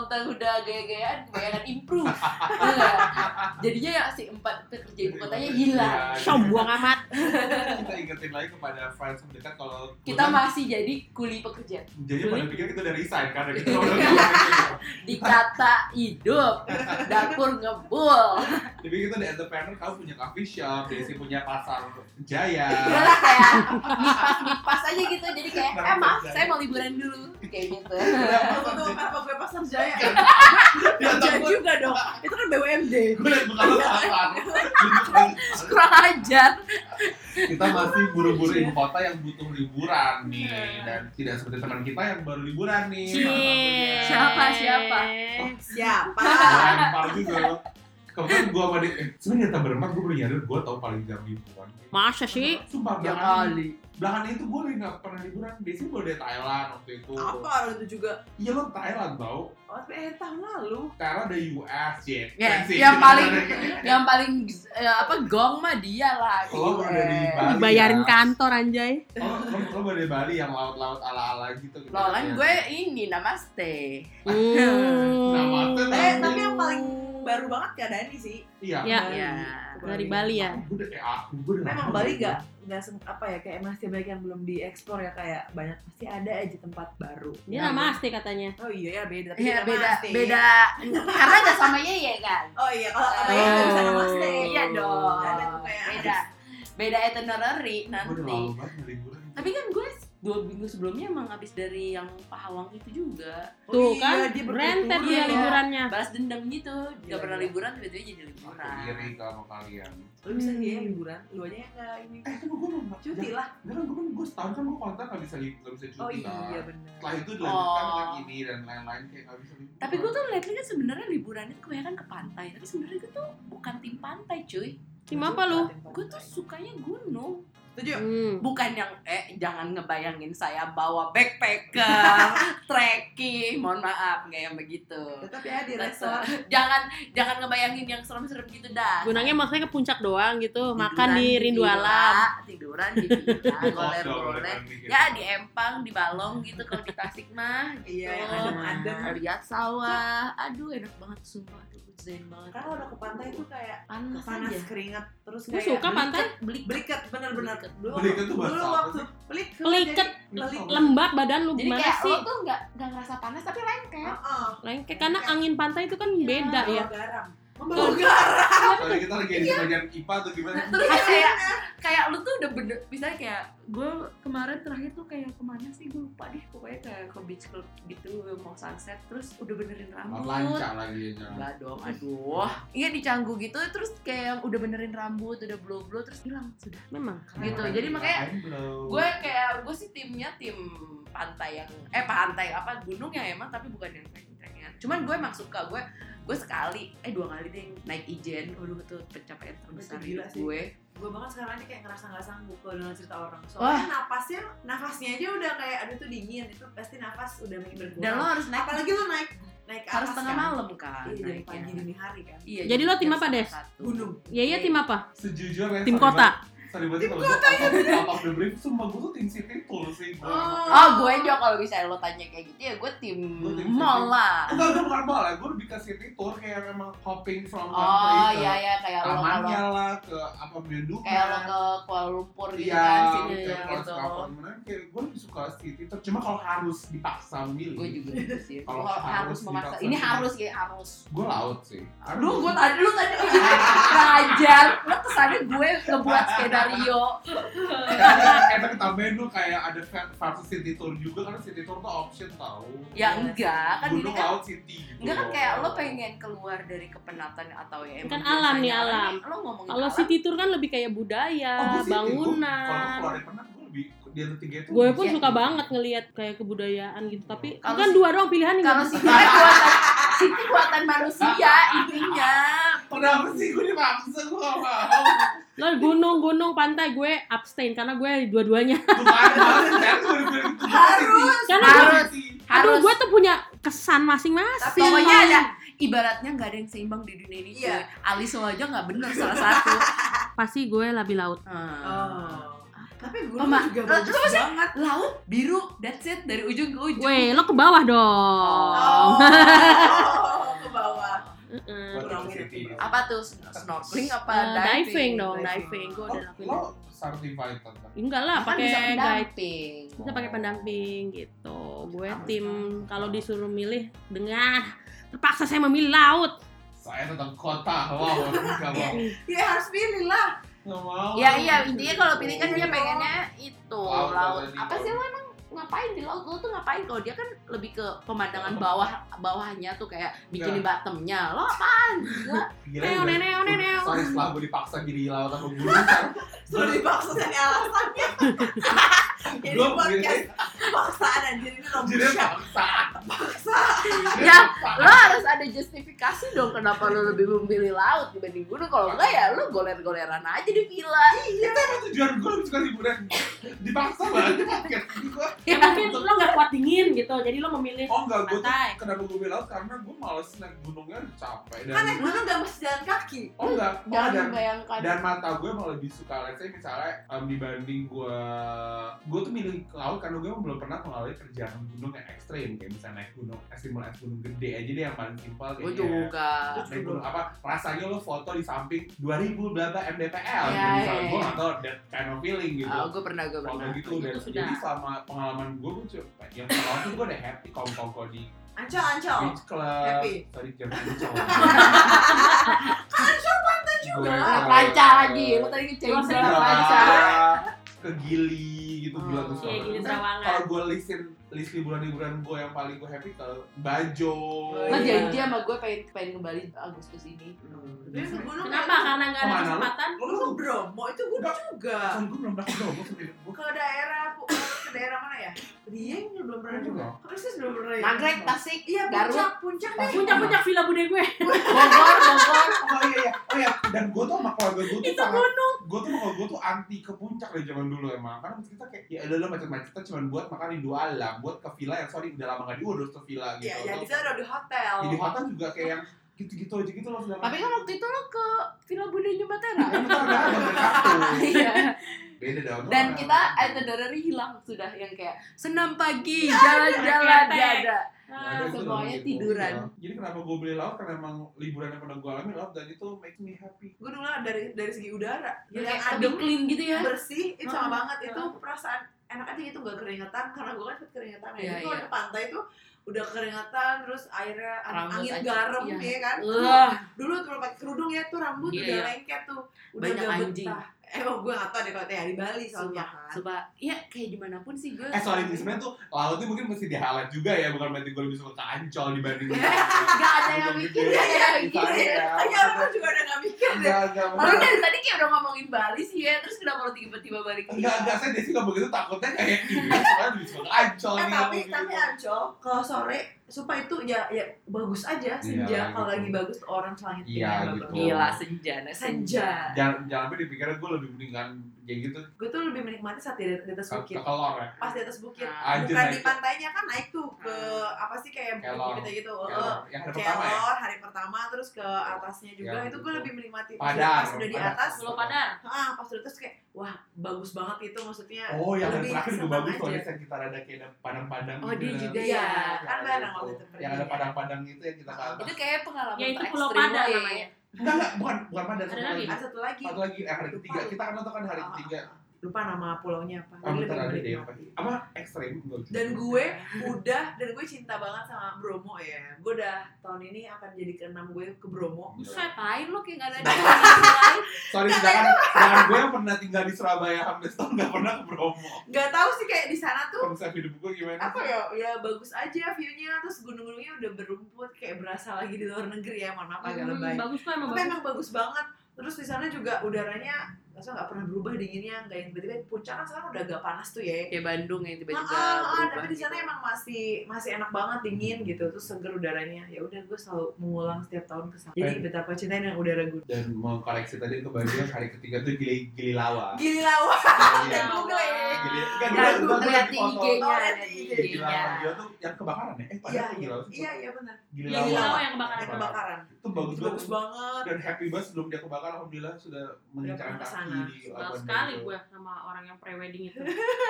kita udah gaya-gayaan kebanyakan improve. Enggak. Jadinya ya si 4 pekerja ibu kotanya hilang. Sombong amat. Kita ingetin lagi kepada friends terdekat kalau Kita masih jadi kuli pekerja. jadi pada pikir kita udah resign karena kita udah Dikata hidup, dapur ngebul. tapi kita di entrepreneur, kamu punya coffee shop, Desi punya pasar Jaya. Udah lah kayak nipas aja gitu. Jadi kayak maaf saya mau liburan dulu kayak gitu. Kenapa gue pasar Jaya? Ya, Kerja juga dong. Itu kan BUMD. gue liat muka lu pasar. Kurang ajar. Kita masih buru-buru ibu kota yang butuh liburan nih, dan tidak seperti teman kita yang baru liburan nih. Siapa? Siapa? Lempar juga. Kemudian gue sama dia, sebenernya kita berempat gue baru nyadar gue tau paling jarang liburan. Masa sih? Sumpah Ya belakangan itu gue lagi gak pernah liburan. Biasanya gue dari Thailand waktu itu. Apa orang itu juga? Iya lo Thailand tau. Oh, tapi tahun lalu. Thailand ada US ya. Ya, yang paling gong mah dia lah. Lo udah di Bali. Dibayarin ya? kantor anjay. Lo baru di Bali yang laut-laut ala-ala gitu. Lo kan gue ini namaste. Namaste. Tapi yang paling baru banget keadaan ini sih. Iya. Ya. Ya. Dari Bali ya. Gue udah Memang Bali nggak apa ya, kayak masih banyak yang belum dieksplor ya, kayak banyak pasti ada aja tempat baru. Dia namaste katanya. Oh iya ya beda. Tapi Iya namaste. beda. Karena nggak sama Yeye kan. Oh iya, kalau sama yang nggak bisa namaste. Iya dong. Ada tuh kayak Beda itinerary Gue udah nanti. lama banget liburan. Tapi kan gue 2 minggu sebelumnya emang habis dari yang Pahawang itu juga. Tuh iya, kan, dia rentet bertutur dia ya. liburannya. Balas dendam gitu. Iya, Gak pernah iya. liburan tiba-tiba jadi Aku liburan. iri sama kalian. Lu bisa sih ya liburan, lu aja yang nggak ini. Kan gue mau Cuti lah. gue setahun kan gue kontrak gak bisa cuti. Oh kan. iya benar. Setelah itu dilanjutkan Oh. dengan ini dan lain-lain kayak gak bisa liburan. Tapi gue tuh lately kan sebenarnya liburannya tuh kebanyakan ke pantai. Tapi sebenarnya gue tuh bukan tim pantai cuy. Tim apa lu? Gue tuh sukanya gunung. Setuju. Bukan yang jangan ngebayangin saya bawa backpacker, trekking, mohon maaf nggak yang begitu. Tetap ya di resort. Jangan ngebayangin yang serem-serem gitu dah. Gunangnya maksudnya ke puncak doang gitu, Tiduran makan di Rindu villa, Alam. tiduran di villa, Oh, goler-goler. Ya di Empang, di Balong gitu, kalau di Tasik mah gitu. Iya, yang adem-adem. Lihat sawah, aduh enak banget sumpah tuh, zen banget. Karena udah ke pantai tuh kayak Panas panas aja. keringat terus Gue kayak suka pantai. beliket bener-bener. Beliket tuh bahasa dulu apa waktu sih? Peliket, jadi lembab badan lu Jadi gimana kayak sih? lo tuh nggak ngerasa panas tapi lengket. Lengket karena angin pantai itu kan beda ya. garam. Membawa garam. Soalnya kita lagi di bagian IPA atau gimana? Terus kayak lu tuh udah bener, misalnya kayak gue kemarin terakhir tuh kayak kemana sih gue lupa deh, pokoknya kayak ke beach club gitu mau sunset, terus udah benerin rambut. Lancar lagi ya. Enggak dong, aduh. Iya di Canggu gitu, terus kayak udah benerin rambut, udah blow terus hilang sudah. Memang. Gitu. Jadi makanya gue sih timnya tim pantai yang pantai apa gunung yang emang tapi bukan yang trekking-trekkingan. Cuman gue emang suka, gue sekali 2 kali deh naik Ijen. Waduh itu pencapaian terbesar Itu gila hidup sih. gue. Gue bahkan sekarang aja kayak ngerasa nggak sanggup kalau dengar cerita orang. Soalnya nafasnya aja udah kayak aduh tuh dingin, itu pasti nafas udah makin berkurang. Dan lo harus naik, apalagi lo naik ke harus atas tengah kan. malam kan. Iya, dari naiknya. pagi dini hari kan. Iya. Jadi lo tim apa, jam Des? 1. Gunung. Iya tim apa? Sejujurnya Tim kota. Sorry banget kalau gue out of the brief, sumpah gue tuh tim city tour sih. Oh, gue juga kalau misalnya lo tanya kayak gitu ya gue tim mall lah. Enggak, gue bukan mall ya, gue lebih ke city tour kayak memang hopping from one Oh place ke iya kayak lo tamannya kalau lah, ke apa Bandung. kayak lo ke Kuala Lumpur gitu Iya, kan sini kayak gitu. kayak gue lebih suka city tour. Cuma kalau harus dipaksa milih, Gue juga gitu sih. Kalau Kalau harus harus memaksa. dipaksa Ini sih. harus ya harus. gue laut sih. Lu tadi ngajar. Lo kesannya gue ngebuat skenario. Tapi tambahin lu kayak ada versi city tour juga, karena city tour tuh option tau. Ya enggak kan ini Gunung, kan. laut, city gitu. Enggak kan kayak lo pengen keluar dari kepenatan atau ya emang Kan alam nih, biasanya alam. Lo ngomongin Kalau alam. city tour kan lebih kayak budaya, gua city. Kalau bangunan. gue keluar dari penat, gue lebih di antara 3 itu. Gue pun Iya. suka banget ngelihat kayak kebudayaan gitu. Tapi Kalau kan si- 2 doang pilihan Kalau nggak sih bisa. kan buatan manusia intinya. Kenapa sih gue dipaksa, gue gak mau. Lo gunung, pantai, gue abstain karena gue dua-duanya. Bukan, kan gue udah bilang itu. Harus. Karena Harus. aduh, Harus. gue tuh punya kesan masing-masing. Pokoknya ada ibaratnya nggak ada yang seimbang di dunia ini. Iya. Aliso aja nggak bener salah satu. Pasti gue lebih laut. Oh. Tapi gunung juga bagus banget. Laut biru, that's it, dari ujung ke ujung. Weh, lo ke bawah dong. Oh, ke bawah. Buat city. Apa tuh, snorkeling apa Diving dong, diving. Gue udah lakuin. Lo certified tentang. Enggak lah, Kan pakai bisa guide. pendamping. Bisa pakai pendamping gitu. Gue tim kalau disuruh milih dengan terpaksa saya memilih laut. Saya tentang kota. Wow, enggak mau. Ya harus pilih lah. Nggak mau. Ya iya, intinya kalau pilih kan dia pengennya itu Laut laut. tadi. Apa sih lo emang ngapain di laut? Lo tuh ngapain? Kalau dia kan lebih ke pemandangan bawahnya tuh kayak bikini bottomnya. Lo apaan? Gila. Gila, Neo, udah- neo, neo. Sorry, setelah gue dipaksa jadi laut atau gunung kan. Sudah dipaksa dari alasannya. Jadi Gue podcast paksaan anjir ini jadi rombusnya. paksa. Ya, lo harus ada justifikasi dong kenapa lo lebih memilih laut dibanding gunung. Kalau enggak ya lo goler-goleran aja di villa. Itu emang tujuan gue lebih suka liburan. Dipaksa banget. Ya mungkin lo nggak kuat dingin gitu, jadi lo memilih Oh enggak, gue tuh pantai. kenapa gue bilang karena gue males naik gunungnya udah capek Kan naik dan gunung gak mesti jalan kaki. oh enggak, Jangan dan membayangkan. dan mata gue malah lebih suka let's say misalnya dibanding gue tuh milih ke laut karena gue belum pernah mengalami perjalanan gunung yang ekstrim kayak misalnya naik gunung es gunung gede aja deh yang paling simpel Gue kayak juga. naik gunung apa rasanya lo foto di samping 2000 berapa mdpl Ya, gitu misalnya ya, gue ya. nggak tau that kind of feeling gitu Gue pernah. foto gitu Itu dan sudah. jadi selama pengalaman gue coba yang pengalaman tuh gue udah happy kongkong di Ancol. beach club Happy. sorry jangan ancol juga. Panca lagi. Lo tadi ngecewain Lo sama sering panca. ke Gili gitu gila tuh Iya, Gili Trawangan. kalau gue list liburan gue yang paling gue happy ke Bajo Lo Iya. janji sama gue pengen kembali Agustus ini. Dia ke gunung Kenapa? Karena nggak ada Kemana lo? kesempatan. lo Lu ke Bromo itu gunung juga. kan gue belum pernah ke Bromo sendiri gue Ke daerah mana ya? Dieng belum pernah juga. Persis belum pernah ya. Nagrek, Tasik, Iya, Garut, puncak deh. Puncak-puncak villa bude gue. Bogor. oh iya dan gue tuh sama keluarga gue tuh Itu sangat gunung. gue tuh sama gue tuh anti ke puncak dari zaman dulu emang karena kita kayak ya udah macam-macam kita cuma buat makan di dua alam buat ke villa yang sorry udah lama gak diurus ke villa gitu Iya, ya di sana udah di hotel. jadi hotel juga kayak yang gitu-gitu aja gitu loh Tapi kan waktu itu lo ke Villa Budenya Batera. kan kita udah ada kartu Iya. beda dong Dan kita itinerary hilang sudah yang kayak senam pagi, jalan-jalan Ketek. gak ada. Ada itu semuanya dong, gitu. tiduran. Iya. Jadi kenapa gue beli laut karena emang liburan yang pernah gue alami laut dan itu makes me happy. Gue dulu dari segi udara. Ya, Yang kayak adem, lebih clean gitu ya. bersih, itu sama Hmm. banget. Itu perasaan enak aja gitu, gak keringetan. Karena gue kan cepet keringetan ya. Iya, Jadi kalau iya. di pantai tuh udah keringetan, terus airnya Rambut angin aja, garam iya. ya kan. Dulu Dulu kalau pakai kerudung ya tuh rambut Iya, udah iya. lengket tuh. Udah Banyak gak anjing. betah. Gue gak tau deh kalau di Bali soalnya kan. Sumpah, iya kayak gimana pun sih gue. Sorry sebenarnya tuh lautnya mungkin mesti di highlight juga ya bukan berarti gue lebih suka ke Ancol dibanding. Gak ada yang mikir Iya, ya iya, gitu. iya. Kayaknya orang juga udah gak mikir deh. Enggak. Lalu dari tadi kayak udah ngomongin Bali sih ya, terus kenapa lo tiba-tiba balik ke Enggak, saya Desi ngomong gitu takutnya kayak ini soalnya lebih suka ke Ancol nih. Tapi ngomong gitu. Ancol kalau sore supaya itu ya bagus aja senja Iya, kalau gitu. lagi bagus orange langit Iya, pink, gitu. Gila senja, senja. Jangan sampai dipikirnya gue lebih mendingan kayak gitu Gue tuh lebih menikmati saat di atas ke bukit. kelor ya. Pas di atas bukit, Anjir, bukan naik di ke- pantainya kan naik tuh ke apa sih kayak Kelor. bukit gitu. Kelor. Yang hari pertama ya. Kelor hari pertama terus ke atasnya juga Ya, itu gue betul. lebih menikmati Padang, pas udah di Padang. atas. Pulau Padar. Pas udah atas kayak wah bagus banget itu maksudnya. Oh, yang lebih terakhir juga senang bagus aja. kalau yang kita ada kayak ada padang-padang Oh, gitu dia ya. juga Iya, ya. kan bareng waktu itu. Yang ada padang-padang gitu yang kita ke atas. Itu kayak pengalaman Ya itu terekstrim Pulau lo Padar ya. namanya. Enggak, bukan padang. Ada satu lagi? Ada satu lagi. Satu lagi hari ketiga. Kita kan nonton kan hari ketiga. Lupa nama pulaunya apa. Oh, Gue lebih bentar ada deh. menikmati. Apa ekstrim? Dan gue cinta banget sama Bromo ya. Gue udah tahun ini akan jadi ke-6 gue ke Bromo. Buset. Ngapain lo kayak gak ada di lain? Sorry, sedangkan gue yang pernah tinggal di Surabaya hampir setahun gak pernah ke Bromo. Gak tahu sih kayak di sana tuh Konsep hidup gue gimana? apa ya bagus aja view-nya, terus gunung-gunungnya udah berumput kayak berasa lagi di luar negeri ya, mohon maaf agak lebay. Bagus kok emang Tapi bagus. emang bagus banget. Terus di sana juga udaranya nggak pernah berubah dinginnya, nggak yang tiba-tiba puncak kan sekarang udah agak panas tuh ya. Kayak Bandung yang tiba-tiba berubah Tapi di sana gitu. emang masih enak banget dingin gitu, terus seger udaranya. Ya udah gue selalu mengulang setiap tahun ke sana. Jadi betapa cintain yang udara gue. Dan mau koreksi tadi ke Bandung hari ketiga tuh gili lawa. Gili lawa. Iya. Dan Google ya. Gili, Lihat di IG-nya, Oh, lihat lihat di di Gili lawa IG-nya. dia tuh yang kebakaran ya? Padahal gila sih. Iya benar. Gili Gili lawa. lawa yang kebakaran. Yang kebakaran. Itu bagus Itu bagus banget. banget. Dan happy banget sebelum dia kebakar alhamdulillah sudah mengincar pernah kesana. mana? di Sebel Labuan sekali Bajo. gue sama orang yang pre-wedding itu.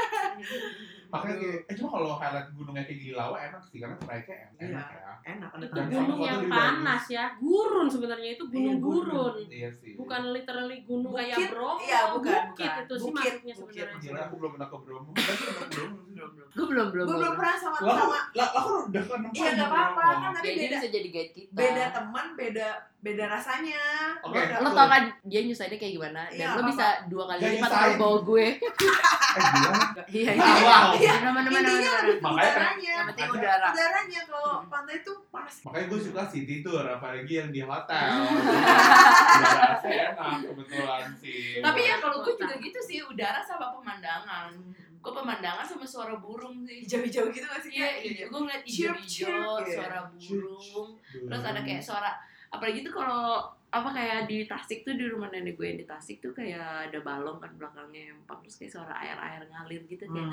Makanya kayak, cuma kalau highlight gunungnya kayak Gili Lawa enak sih, karena trike-nya enak ya. Enak ada Itu Dan gunung foto-foto yang juga panas ya. Gurun sebenarnya itu gunung Iya, gurun. gurun. Iya sih. Bukan literally gunung Bukit, kayak Bromo. iya, bukan, Bukit bukan. itu sih Bukit, maksudnya bukit. sebenarnya. Gila, aku belum pernah ke Bromo. Kan pernah ke Bromo sih? Gue belum Gue belum pernah sama Lah, aku udah ke tempat Iya nggak apa-apa kan, tapi Jadi beda bisa jadi guide kita. beda teman, beda rasanya. Oke. Gua udah- Lo tau kan dia nyusahinnya kayak gimana? Dan Iya, lo apa-apa. bisa 2 kali Gak lipat nyusahin. kalau bawa gue. Gila. Iya, Ah, wow. Iya, Bener-bener. Intinya lebih ke Makanya udaranya. Yang penting udara. Udaranya kalau pantai itu panas. Makanya gue suka city tour, apalagi yang di hotel. Udara enak kebetulan sih. Tapi ya kalau gue juga gitu sih, udara sama pemandangan. Gue pemandangan sama suara burung sih. Hijau-hijau gitu nggak sih? Iya, gue ngeliat Chirp, hijau-hijau, chirp, suara Chirp, burung. Terus ada kayak suara, apalagi tuh kalau apa kayak di Tasik tuh, di rumah nenek gue yang di Tasik tuh kayak ada balong kan belakangnya empang, terus kayak suara air ngalir gitu kayak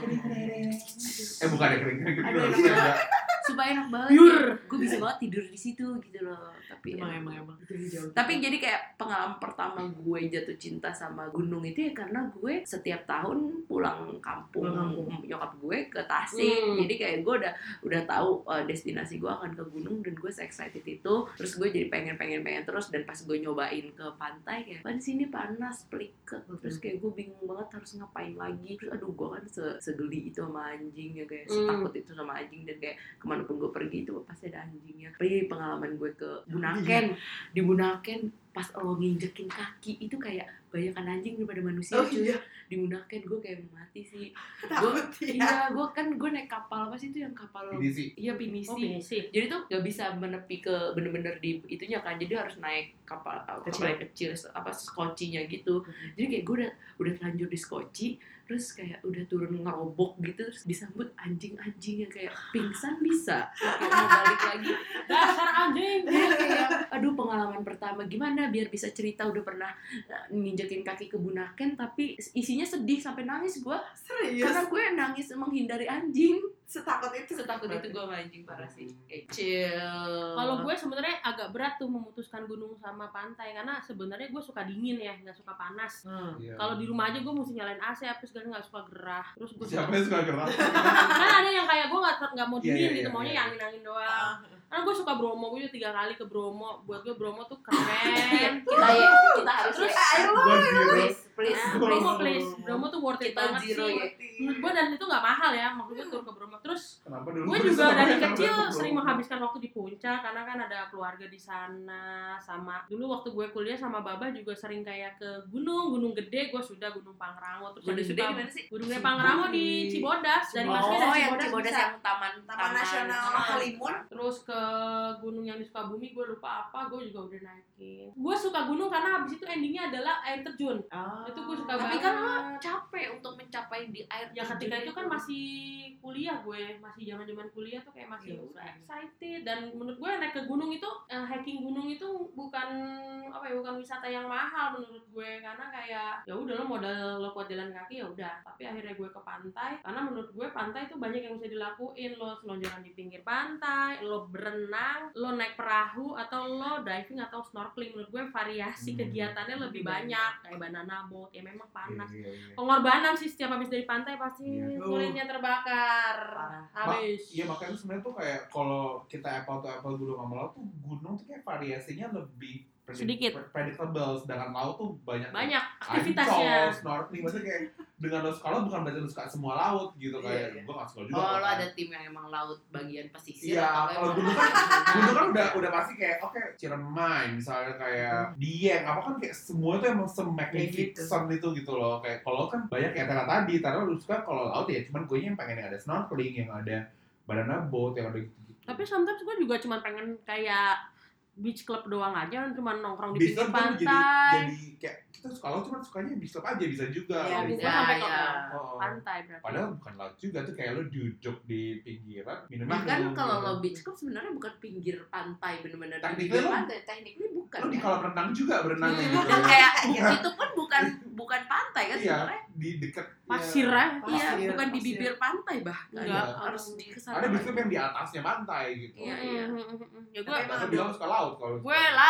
bukan ya kering-kering gitu. Aduh, Enggak. supaya enak banget. Pure. Gue bisa banget tidur di situ gitu loh. Tapi Emang hijau-hijau. tapi jadi kayak pengalaman pertama gue jatuh cinta sama gunung itu ya karena gue setiap tahun pulang kampung, nyokap gue ke Tasik. Jadi kayak gue udah tahu destinasi gue akan ke gunung dan gue excited itu. Terus gue jadi pengen terus, dan pas gue nyobain ke pantai kayak di sini panas, pliket. Terus kayak gue bingung banget harus ngapain lagi. Terus aduh gue kan segeli itu sama anjing ya, kayak setakut itu sama anjing, dan kayak kemanapun gue pergi itu pasti ada anjingnya. Tapi pengalaman gue ke Bunaken, di Bunaken pas lo nginjekin kaki itu kayak banyakan anjing daripada manusia. Cuy. Di Bunaken gue kayak mau mati sih. Takut ya. Iya, gue naik kapal apa sih itu yang kapal? Ini sih. Iya, Pinisi. Oh, Pinisi. Jadi tuh gak bisa menepi ke bener-bener di itunya kan, jadi harus naik kapal yang kecil apa skocinya gitu. Jadi kayak gue udah terlanjur di skoci, terus kayak udah turun ngerobok gitu, terus disambut anjing-anjing yang kayak pingsan bisa, kayak mau balik lagi. Dasar anjing. Dia kayak aduh, pengalaman pertama gimana biar bisa cerita udah pernah nginjekin kaki ke Bunaken tapi isinya sedih sampai nangis gue, Serius? karena gue nangis menghindari anjing. Setakut itu Gue sama anjing parah sih. Chill. Kalau gue sebenarnya agak berat tuh memutuskan gunung sama pantai, karena sebenarnya gue suka dingin ya, nggak suka panas. Iya. Kalau di rumah aja gue mesti nyalain AC, apa segala, nggak suka gerah. Terus gue Siapa yang suka gerak? kan ada yang kayak gue nggak mau Iya, dingin iya, gitu, iya, maunya iya. yang angin doang. Karena gue suka Bromo, gue udah 3 kali ke Bromo. Buat gue Bromo tuh keren. kita harus Terus ayo please Bromo please, Bromo tuh worth it Kita banget zero sih. ya. Menurut gue, dan itu nggak mahal ya, maksudnya tur ke Bromo. Terus Kenapa dulu? gue juga dari kecil sering menghabiskan waktu di puncak karena kan ada keluarga di sana. Sama dulu waktu gue kuliah sama Baba juga sering kayak ke gunung gede. Gue sudah Gunung Pangrango, terus Gunung ada gede suka gimana sih? Gunung Gede Pangrango di Cibodas, dari Masnya dari yang Cibodas Cibodas bisa. yang taman Nasional Halimun. Terus ke gunung yang di Sukabumi, gue lupa apa, gue juga udah naikin. Gue suka gunung karena habis itu endingnya adalah air terjun. Itu gue suka Tapi banget. kan lo capek untuk mencapai di air Ya terjun ketika itu kan masih kuliah, gue masih zaman kuliah tuh kayak masih Iya, udah excited. Dan menurut gue naik ke gunung itu, hiking gunung itu bukan bukan wisata yang mahal menurut gue, karena kayak ya udah lo modal lo kuat jalan kaki ya udah. Tapi akhirnya gue ke pantai karena menurut gue pantai itu banyak yang bisa dilakuin. Lo selonjoran di pinggir pantai, lo berenang, lo naik perahu, atau lo diving atau snorkeling. Menurut gue variasi kegiatannya lebih banyak, kayak banana boat ya, memang panas. Pengorbanan sih, setiap habis dari pantai pasti Iya. kulitnya terbakar. Parah. Habis. Iya, makanya sebenarnya tuh kayak kalau kita apple to apple gunung sama laut tuh, gunung tuh kayak variasinya lebih Sedikit. predictable, sedangkan laut tuh banyak aktivitasnya. ancol, snorkeling, maksudnya kayak dengan lo suka laut bukan berarti lo suka semua laut gitu, kayak Iya. gue gak suka juga. Oh, lo kan. ada tim yang emang laut bagian pesisir Iya, atau kalau emang gunung kan udah pasti kayak oke, Ciremai misalnya kayak Dieng apa kan kayak semua itu emang se-magnificent itu gitu loh. Kayak kalau kan banyak kayak Tera tadi, Tera lu suka kalau laut ya cuman gue yang pengen yang ada snorkeling, yang ada banana boat, yang ada gitu-gitu. Tapi sometimes gue juga cuma pengen kayak beach club doang aja, cuma nongkrong di Beach pinggir club tuh pantai. jadi kayak kita kalau cuma sukanya beach club aja bisa juga. Iya, Gitu. Gue sampai ke Oh. pantai berarti. Padahal bukan laut juga tuh, kayak lo duduk di pinggiran minum. bahkan kalau lo beach club sebenarnya bukan pinggir pantai, bener-bener di Technically pinggir lo- pantai, technically bukan. lo di kolam renang juga berenang gitu. Kayak itu pun bukan pantai kan Iya, sebenarnya. di dekat Pasir ya. ya. Iya, Pasir, bukan di pasir. bibir pantai bahkan. Enggak. Harus di kesana. Ada beach club yang di atasnya pantai gitu. Iya, iya. Ya Tapi gue emang Lo bilang suka laut kalau gue laut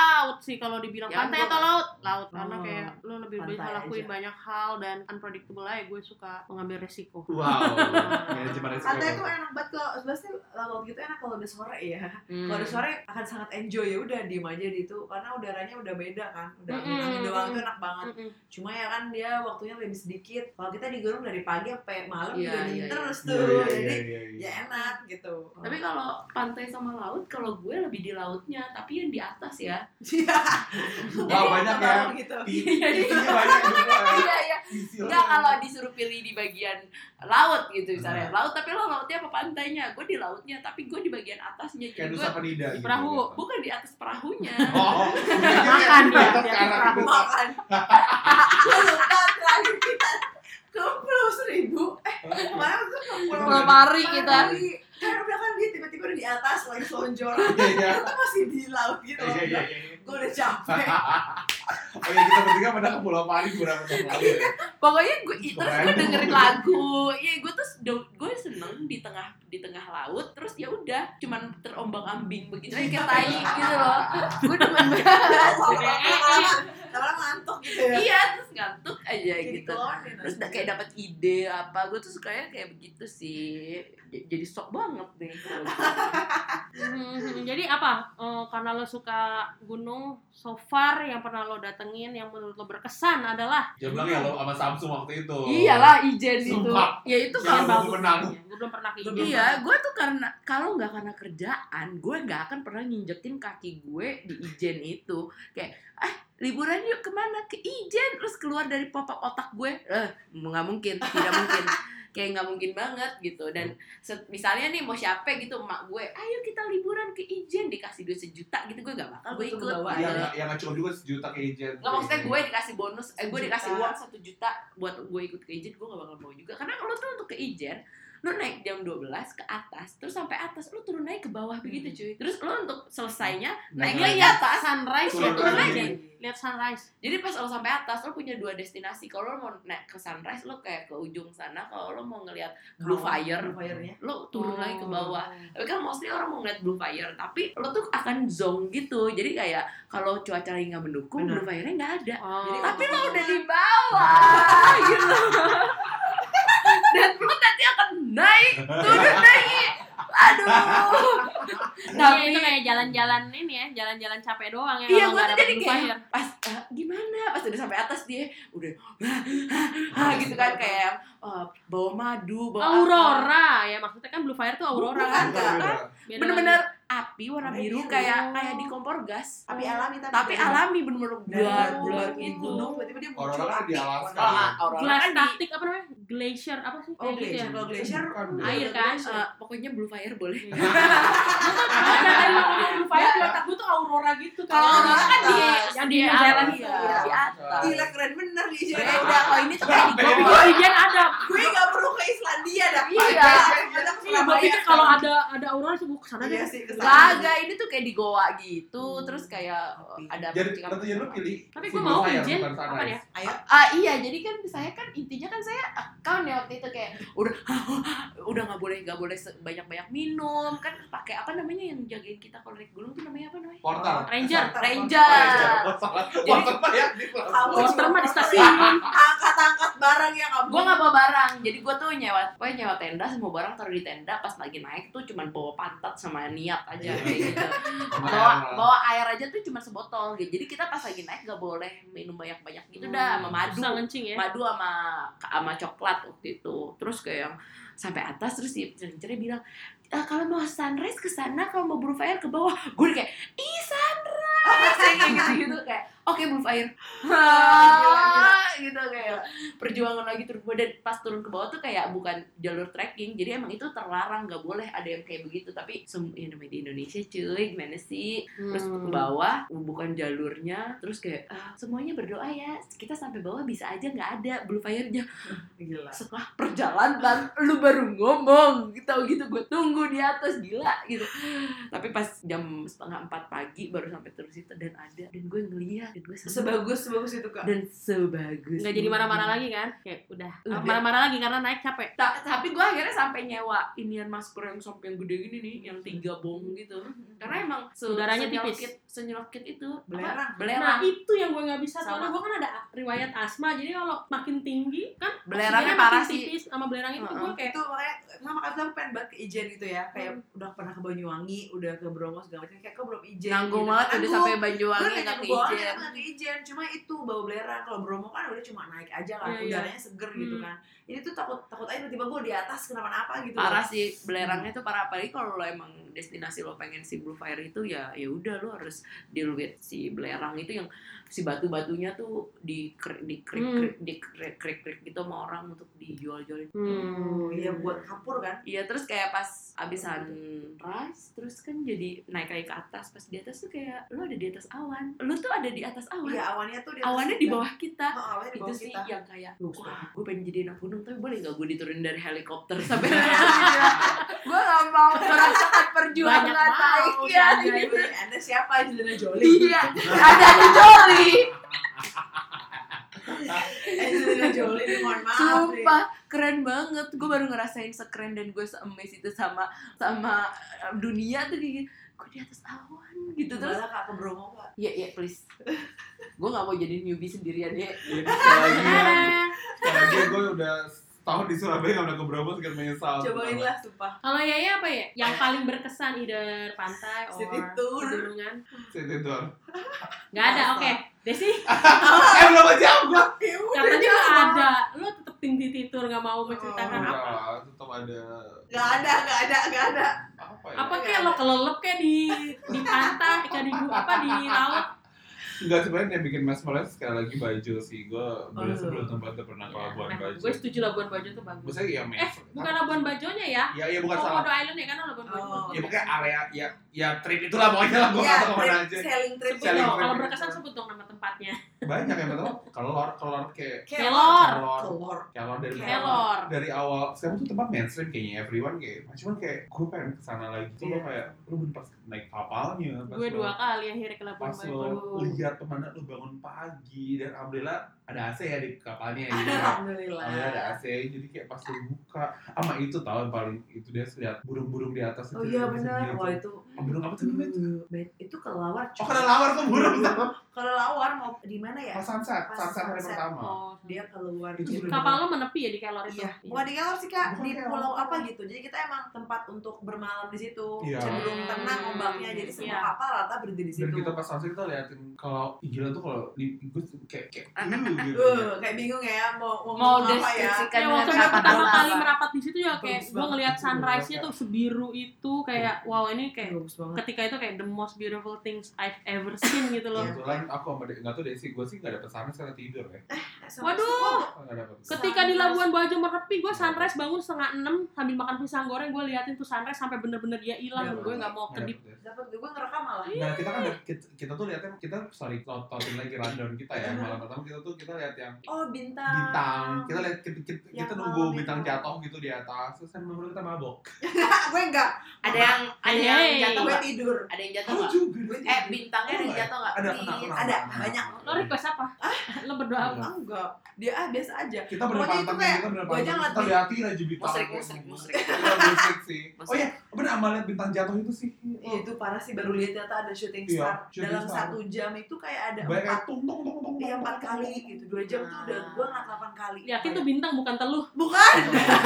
sih kalau dibilang Ya, pantai gua- atau laut. Laut karena Oh, kayak lo lebih bisa pantai lakuin aja. banyak hal dan unpredictable aja. Gue suka mengambil resiko. Wow. Manajemen resiko. Pantai tuh enak banget kalau sebenarnya laut gitu enak kalau udah sore ya. Hmm. Kalau udah sore akan sangat enjoy, ya udah diem aja di itu karena udaranya udah beda kan. Udah angin doang itu enak banget. Cuma ya kan dia waktunya lebih sedikit. Kalau kita di gunung dari pagi sampai malam Iya, juga dingin iya, terus Iya, tuh. iya, Jadi iya, iya. ya enak gitu. Tapi kalau pantai sama laut, kalau gue lebih di lautnya, tapi yang di atas ya. Iya. Wah, banyak ya. Gitu. Isinya banyak juga. Iya, iya. Isi Enggak, lo. kalau disuruh pilih di bagian laut gitu misalnya. Laut, tapi lo lautnya apa pantainya? Gue di lautnya, tapi gue di bagian atasnya. Kayak Jadi gue Nusa Penida gitu. Perahu. bukan di atas perahunya. Oh, Makan dia, dia. di atas perahu. Makan. Gue lupa terakhir kita ke Pulau Seribu. Kemarin tuh ke Pulau Pari kita. Kan udah kan dia tiba-tiba udah di atas lagi selonjor. Iya, iya. Kita masih di laut gitu loh. Iya, iya, iya. Gue udah capek. Oh ya, kita bertiga pada ke Pulau Pari beberapa tahun lalu ya. Pokoknya gue terus gue Keren. dengerin lagu. Iya, gue seneng di tengah laut. Terus ya udah, cuman terombang-ambing begitu aja kayak tai gitu loh. Gue demen banget. Lama-lama ngantuk gitu ya. Iya, terus ngantuk aja Kayak gitu. dikeluarin Terus aja. kayak dapat ide apa, gue tuh sukanya kayak begitu sih. Jadi sok banget deh. Jadi apa? Karena lo suka gunung, so far yang pernah lo datengin yang menurut lo berkesan adalah Dia bilang ya lo sama Samsung waktu itu. Iyalah, Ijen itu. Sumpah. Ya itu Yang kalau bagus menang. Gue belum pernah ke Belum. Ijen. iya, gue tuh kalau nggak karena kerjaan, gue nggak akan pernah nginjekin kaki gue di Ijen itu. Kayak, liburan yuk kemana? Ke Ijen. Terus keluar dari pop-up otak gue, nggak mungkin, tidak mungkin. Kayak nggak mungkin banget gitu. Dan misalnya nih mau siapa gitu, emak gue, ayo kita liburan ke Ijen, dikasih duit 1 juta gitu, gue nggak bakal, gue Betul, ikut. bawa Gitu. aja. Yang ngacung juga 1 juta ke Ijen. Nggak, maksudnya gue dikasih bonus, gue dikasih 1 juta. uang 1 juta buat gue ikut ke Ijen, gue gak bakal mau juga. Karena lo tuh untuk ke Ijen, lo naik jam 12 ke atas, terus sampai atas, lo turun naik ke bawah begitu cuy. Terus lo untuk selesainya naik lagi lihat atas. sunrise Turun ya, turun lagi. lagi. Lihat sunrise. Jadi pas lo sampai atas, lo punya 2 destinasi. Kalau lo mau naik ke sunrise, lo kayak ke ujung sana. Kalau lo mau ngelihat blue fire, Blue fire-nya. lo turun lagi ke bawah. Tapi kan mostly orang mau ngeliat blue fire, tapi lo tuh akan zong gitu. Jadi kayak kalau cuaca lagi nggak mendukung, Benar. blue fire-nya nggak ada. Oh. Tapi lo udah di bawah gitu. Dan lo nanti akan naik, turun lagi. Aduh. Tapi itu kayak jalan-jalan ini ya, jalan-jalan capek doang ya. Iya, kalau gue nggak tuh dapet jadi blue kayak fire. pas gimana? Pas udah sampai atas dia udah gitu kan, kayak bawa madu, bawa apa. Aurora ya, maksudnya kan blue fire tuh aurora kan. Bukan. Beda. Beda Bener-bener api warna Warna biru biru. kayak di kompor gas. Tapi alami Tapi alami bener-bener bulat di gitu. gunung tiba-tiba dia muncul Aurora kan di api. Alaska. Aurora Glass kan di taktik apa namanya? Glacier apa sih? Oh, Kayak gitu ya. glacier. Kalau glacier Bukan. Air kan? pokoknya blue fire boleh. Ada tadi ngomong blue fire di otak gue tuh aurora gitu kan. Kalau Aurora kan di yang di New Zealand iya, itu. di atas. Gila keren bener di Ya sini. udah, kalau ini tuh kayak di Sampai Oh, bawah. Ijen ada. Gue gak perlu ke Islandia dah. Iya. Ada ke Iya, gue Surabaya pikir kalau sekarang. ada aurora sih gue kesana Iya deh. sih, kesana. Kagak, ini tuh kayak di Goa gitu, terus kayak ada Jadi percikan- tentunya lu pilih. Tapi gue full mau fire, Ijen bukan apa sunrise. ya? Ayo. Iya, jadi kan saya kan intinya kan saya account ya waktu itu kayak udah nggak boleh banyak minum kan, pakai apa namanya yang jagain kita kalau naik gunung tuh namanya apa namanya? Portal. Ranger. Ranger. Oh, salah. Portal mah ya di Kamu Porter mah di cuma stasiun. angkat-angkat barang yang kamu. Gue nggak bawa barang, jadi gue tuh nyewa tenda, semua barang taruh di tenda. Pas lagi naik tuh cuman bawa pantat sama niat aja kayak gitu. Bawa air aja tuh cuma sebotol gitu. Jadi kita pas lagi naik nggak boleh minum banyak gitu dah, sama madu. Susah ngencing ya. Madu sama coklat waktu itu. Terus kayak yang sampai atas, terus si pencernya bilang, kalau mau sunrise ke sana, kalau mau blue fire ke bawah. Gue kayak, ih sunrise kayak gitu kayak, oke blue fire. Gitu kayak perjuangan lagi turun ke bawah. Dan pas turun ke bawah tuh kayak bukan jalur trekking, jadi emang itu terlarang, nggak boleh ada yang kayak begitu. Tapi ya namanya di Indonesia cuy, gimana sih? Terus ke bawah bukan jalurnya, terus kayak semuanya berdoa ya, kita sampai bawah bisa aja nggak ada blue fire-nya. Gila. Setelah perjalanan lu baru ngomong gitu gue tunggu di atas, gila gitu. Tapi pas jam 3:30 pagi baru sampai terus itu dan ada, dan gue ngeliat dan gue Sebagus itu Kak. dan sebagus Nggak jadi marah-marah lagi kan? Kayak udah. Marah-marah lagi karena naik capek. Tapi gue akhirnya sampai nyewa inian masker yang sampai yang gede gini nih, yang 3 bong gitu. Karena emang Udaranya tipis. senyelokit itu Belerang. Nah itu yang gue nggak bisa Sama. soalnya gue kan ada riwayat asma, jadi kalau makin tinggi kan Belerangnya oksigennya parah makin sih. tipis sama belerang itu gue kayak Itu makanya mama kan aku pengen banget ke Ijen gitu ya, kayak udah pernah ke Banyuwangi, udah ke Bromo segala macam, kayak kok belum Ijen. nanggung gitu. banget udah sampai Gue Banyuwangi nggak nggak ke ke Ijen. Ijen, cuma itu bau belerang. Kalau Bromo kan udah cuma naik aja kan, Iya, iya. udaranya seger gitu kan. Ini tuh takut aja tiba-tiba gue di atas kenapa-napa gitu. Parah sih, belerangnya tuh parah. Apalagi kalau lo emang destinasi lo pengen si Blue Fire itu, ya udah lo harus deal with si belerang itu yang si batu-batunya tuh di krik gitu sama orang untuk dijual-jualin. Iya buat kapur kan. Iya, terus kayak pas abisan sunrise, terus kan jadi naik lagi ke atas. Pas di atas tuh kayak lo ada di atas awan. Lo tuh ada di atas awan. Iya awannya tuh di atas Awannya kita. di bawah kita. Oh, awannya di Itu bawah sih kita. yang kayak, Bagus wah, banget. gue pengen jadi anak gunung, tapi boleh gak gue diturunin dari helikopter sampai gue gak mau merasakan perjuangan Banyak mau, naiknya Sandra. gitu. Anda siapa? Angelina Jolie. Iya, ada di Jolie. Angelina Jolie nih, mohon maaf nih. Sumpah, keren banget. Gue baru ngerasain sekeren dan gue se-amaze itu sama dunia tuh kayak gue di atas awan gitu. Terus Terus Kak ke Bromo Kak. iya please. Gue gak mau jadi newbie sendirian ya. Jadi sekali lagi gue udah tahun di Surabaya gak pernah ke Bromo, sekian menyesal. Cobain lah sumpah. kalau Yaya apa ya? Yang paling berkesan either pantai or City tour. pegunungan? City tour. Nggak ada, oke. Desi, Belum jawab gue. katanya ada. Lo tetep tim City Tour nggak mau menceritakan Oh, apa? Enggak, tetap ada. Gak ada. Apa ya? Apa kayak lo kelelep kayak di pantai, kayak di laut? Enggak, sebenarnya yang bikin mesmerized sekali lagi Bajo sih. Gue sebelum tempat pernah ke Labuan Bajo. Gue setuju Labuan Bajo tuh bagus. Maksudnya ya Bukan Labuan Bajonya ya? Ya bukan salah. Komodo Island ya kan Labuan Bajo. Oh. Ya pokoknya area ya trip itulah pokoknya lah, gue Iya, nggak tahu kemana aja. selling trip Sebut Selling dong, trip kalau gitu. berkesan sebut dong nama tempatnya. Banyak yang betul. Kelor kayak Kelor. Kelor Kelor. dari awal. Sekarang tuh tempat mainstream kayaknya, everyone kayak cuman kayak gue pengen kesana lagi tuh. Lo Iya. kayak lu bener pas naik kapalnya, pas Gue lo- 2 kali akhirnya ke Labuan pas Bajo. lo lihat pemandangan lu bangun pagi dan alhamdulillah ada AC ya di kapalnya gitu. Alhamdulillah. Alhamdulillah ada AC, jadi kayak pas lu buka sama itu tahu yang paling itu dia lihat burung-burung di atas Oh itu. iya bisa benar. dilihat Wah tuh. itu. Burung apa tuh namanya? Itu kelelawar. Oh karena lawar tuh burung tuh. Kelelawar mau di mana ya? Pas sunset Pas hari sunset. pertama. Oh, Dia keluar. Itu Jadi- bener-bener. kapal lo menepi ya di Kelor itu? Iya, bukan di Kelor sih Kak, Bukan di Kelor. pulau apa gitu. Jadi kita emang tempat untuk bermalam di situ. Iya. Cenderung tenang ombaknya. Jadi semua Iya. kapal rata berhenti di Dan situ. kita pas sunset kita liatin kalau gila tuh kalau di gue tuh kayak gitu. Kayak bingung ya mau Mau ngomong apa ya. deskripsikan Ya dengan waktu gue kata pertama apa? kali merapat di situ ya kayak Bagus gue banget. ngeliat Itu sunrise-nya bagus, tuh sebiru itu kayak wow ini kayak Bagus banget. ketika itu kayak the most beautiful things I've ever seen gitu loh. Kebetulan aku sama nggak tuh Desi, gue sih nggak dapet sunrise karena tidur ya. Waduh. Nggak dapet. Ketika di Sunrise. Labuan Bajo menepi, gue sunrise bangun 5:30 sambil makan pisang goreng, gue liatin tuh sunrise sampai bener-bener dia hilang, Nggak gue dapet. nggak mau Nggak kedip. dapet ya. Dapat gue ngerekam malah. Nah kita kan kita tuh liatnya totin lagi rundown kita ya. Malam pertama kita lihat yang Oh bintang. bintang. Kita lihat Yang kita nunggu malam bintang itu. jatuh gitu di atas. Terus kan baru kita mabok. Gue enggak. Ada yang Hey. jatuh Gue nggak? tidur. Ada yang jatuh Aku nggak? juga. Bintangnya ada yang jatuh nggak? Ada, Please. pernah. Ada banyak. Lo request apa? Lo berdoa apa? Enggak. Dia biasa aja. Kita bener Pokoknya itu pantang, kayak kita bener gue aja pantang. ngeliat Kita di- liatin aja bintang. Musrik. Iya, musik sih. Musrik. Oh iya, bener sama liat bintang jatuh itu sih. Iya itu parah sih, baru lihat ternyata ada shooting Iya, star. shooting Dalam star. 1 jam itu kayak ada Banyak 4. kayak tung. Iya 4 kali gitu. 2 jam tuh udah gue ngeliat 8 kali. Yakin tuh bintang bukan teluh. Bukan.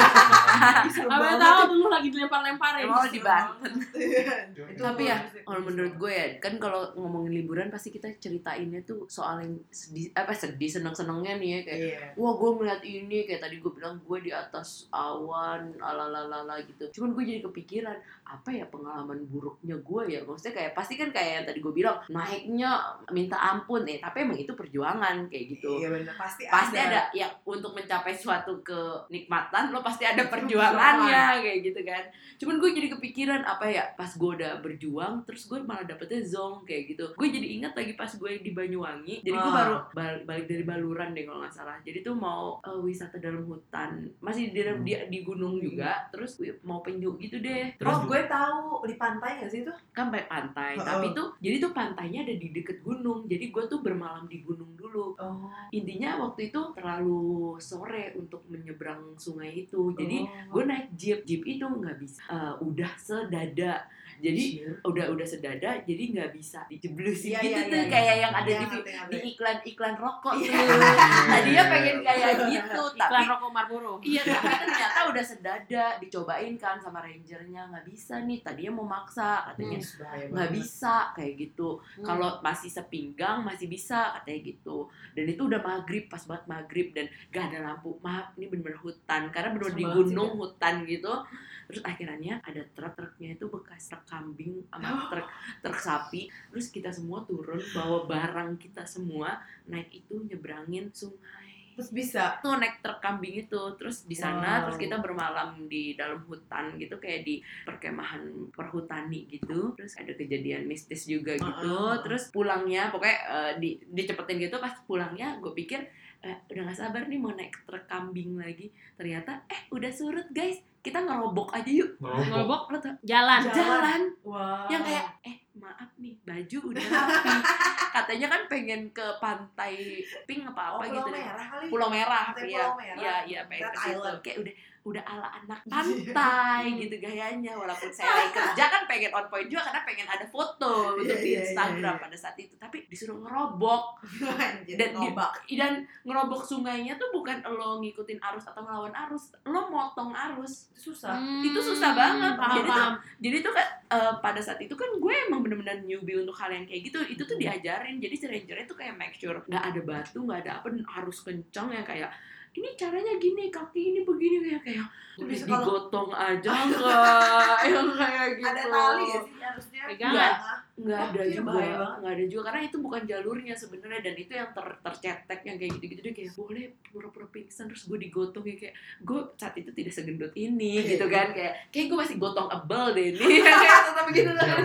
Seru Apa banget. tahu dulu lagi dilempar-lemparin. Emang lo di Banten. Itu Tapi ya, bagus. kalau menurut gue ya, kan kalau ngomongin liburan pasti kita ceritainnya tuh soal yang sedih, seneng-senengnya nih ya, kayak Iya. wah gue melihat ini, kayak tadi gue bilang gue di atas awan, alalalala gitu. Cuman gue jadi kepikiran, apa ya pengalaman buruknya gue ya, maksudnya kayak pasti kan kayak yang tadi gue bilang, naiknya minta ampun tapi emang itu perjuangan kayak gitu. Iya benar, pasti ada ya, untuk mencapai suatu kenikmatan lo pasti ada perjuangannya kayak gitu kan. Cuman gue jadi kepikiran apa ya, pas gue udah berjuang terus gue malah dapetnya zonk kayak gitu. Gue jadi ingat lagi pas gue gue di Banyuwangi. Jadi gue baru balik dari Baluran deh kalau nggak salah. Jadi tuh mau wisata dalam hutan, masih di gunung juga. Terus mau penyu gitu deh. Terus gue tahu di pantai nggak sih itu? Kan pantai, tapi tuh jadi tuh pantainya ada di deket gunung. Jadi gue tuh bermalam di gunung dulu. Intinya waktu itu terlalu sore untuk menyeberang sungai itu. Jadi gue naik jeep itu nggak bisa, udah sedada. Jadi udah sedada, jadi nggak bisa dijeblusin gitu tuh kayak yang ada di iklan rokok tuh. Tadinya pengen kayak gitu, tapi iklan rokok Marlboro. Iya, tapi ternyata udah sedada, dicobain kan sama rangernya, nggak bisa nih. Tadinya mau maksa, katanya nggak bisa kayak gitu. Kalau masih sepinggang masih bisa katanya gitu. Dan itu udah maghrib, pas banget maghrib dan gak ada lampu. Maaf, ini bener-bener hutan karena bener di gunung hutan gitu. Terus akhirnya ada truknya itu bekas truk kambing sama truk sapi. Terus kita semua turun bawa barang kita semua, naik itu nyebrangin sungai. Terus bisa tuh naik truk kambing itu. Terus di sana terus kita bermalam di dalam hutan gitu, kayak di perkemahan perhutani gitu. Terus ada kejadian mistis juga gitu. Terus pulangnya pokoknya dicepetin gitu. Pas pulangnya gue pikir udah gak sabar nih mau naik truk kambing lagi. Ternyata udah surut guys, kita ngerobok aja yuk. Ngerobok jalan. Wow. Yang kayak maaf nih, baju udah rapi. Katanya kan pengen ke pantai Pink apa gitu deh. Pulau Merah kali. Iya, pengen ke situ. Kayak udah ala anak pantai gitu gayanya. Walaupun saya lagi kerja kan pengen on point juga karena pengen ada foto untuk di Instagram pada saat itu. Tapi disuruh ngerobok. Dan ngerobok sungainya tuh bukan lo ngikutin arus atau ngelawan arus, lo motong arus. Susah. Itu susah banget. Paham. Jadi tuh kan pada saat itu kan gue emang bener-bener newbie untuk hal yang kayak gitu. Itu tuh diajarin. Jadi rangernya tuh kayak make sure nggak ada batu, nggak ada apa, dan harus kencang yang kayak ini caranya gini, kaki ini begini, kayak bisa digotong aja enggak yang kayak gitu. Ada tali ya sih harusnya. Nggak ada juga karena itu bukan jalurnya sebenarnya, dan itu yang tercetek yang kayak gitu-gitu deh, kayak boleh pura-pura pingsan terus gue digotong kayak gue saat itu tidak segendut ini gitu kan, kayak gue masih gotong ebel deh ini kayak tetap begitu kan.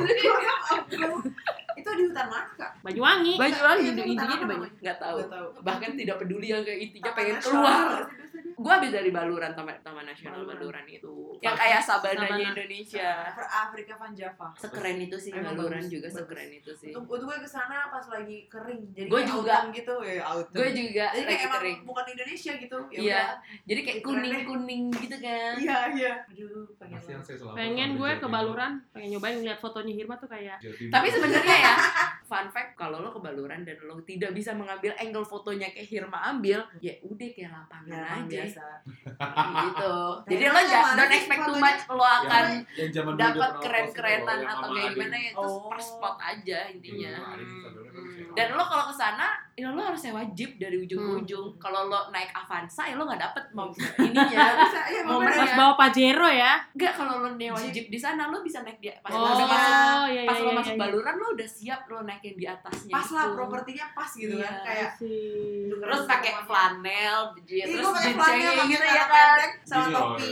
Itu di hutan mana kak? Banyuwangi Intinya di Banyuwangi nggak tahu, bahkan tidak peduli yang kayak intinya pengen keluar. Gue habis dari Baluran, Taman Nasional Baluran itu yang kayak Sabananya Indonesia, Afrika Van Java. sekeren itu sih Baluran juga sekeren itu sih. Untuk gue kesana pas lagi kering, jadi gue kayak juga gitu ya autumn. Gue juga jadi kayak emang kering. bukan Indonesia gitu ya. Iya, jadi kayak kuning gitu kan. Iya. Aduh, pengen gue ke Baluran, pengen nyobain ngeliat fotonya Hirma tuh kayak. Tapi sebenarnya ya, fun fact, kalau lo ke Baluran dan lo tidak bisa mengambil angle fotonya kayak Hirma ambil, ya udah kayak lapangan aja. Gitu. Jadi lo don't expect too much, lo akan dapat keren-kerenan atau kayak gimana ya, itu per spot aja intinya. Dan lo kalau kesana, ya lo harus sewa jeep dari ujung ke ujung. Kalau lo naik Avanza, ya lo nggak dapet mau ininya. Harus bawa Pajero ya? Enggak, kalau lo nyewa jeep di sana, lo bisa naik dia. Pas lo masuk Baluran, lo udah siap lo naikin di atasnya. Pas lah, propertinya pas gitu kan, kayak terus pakai flanel, terus jersey gitu ya kan, sama topi.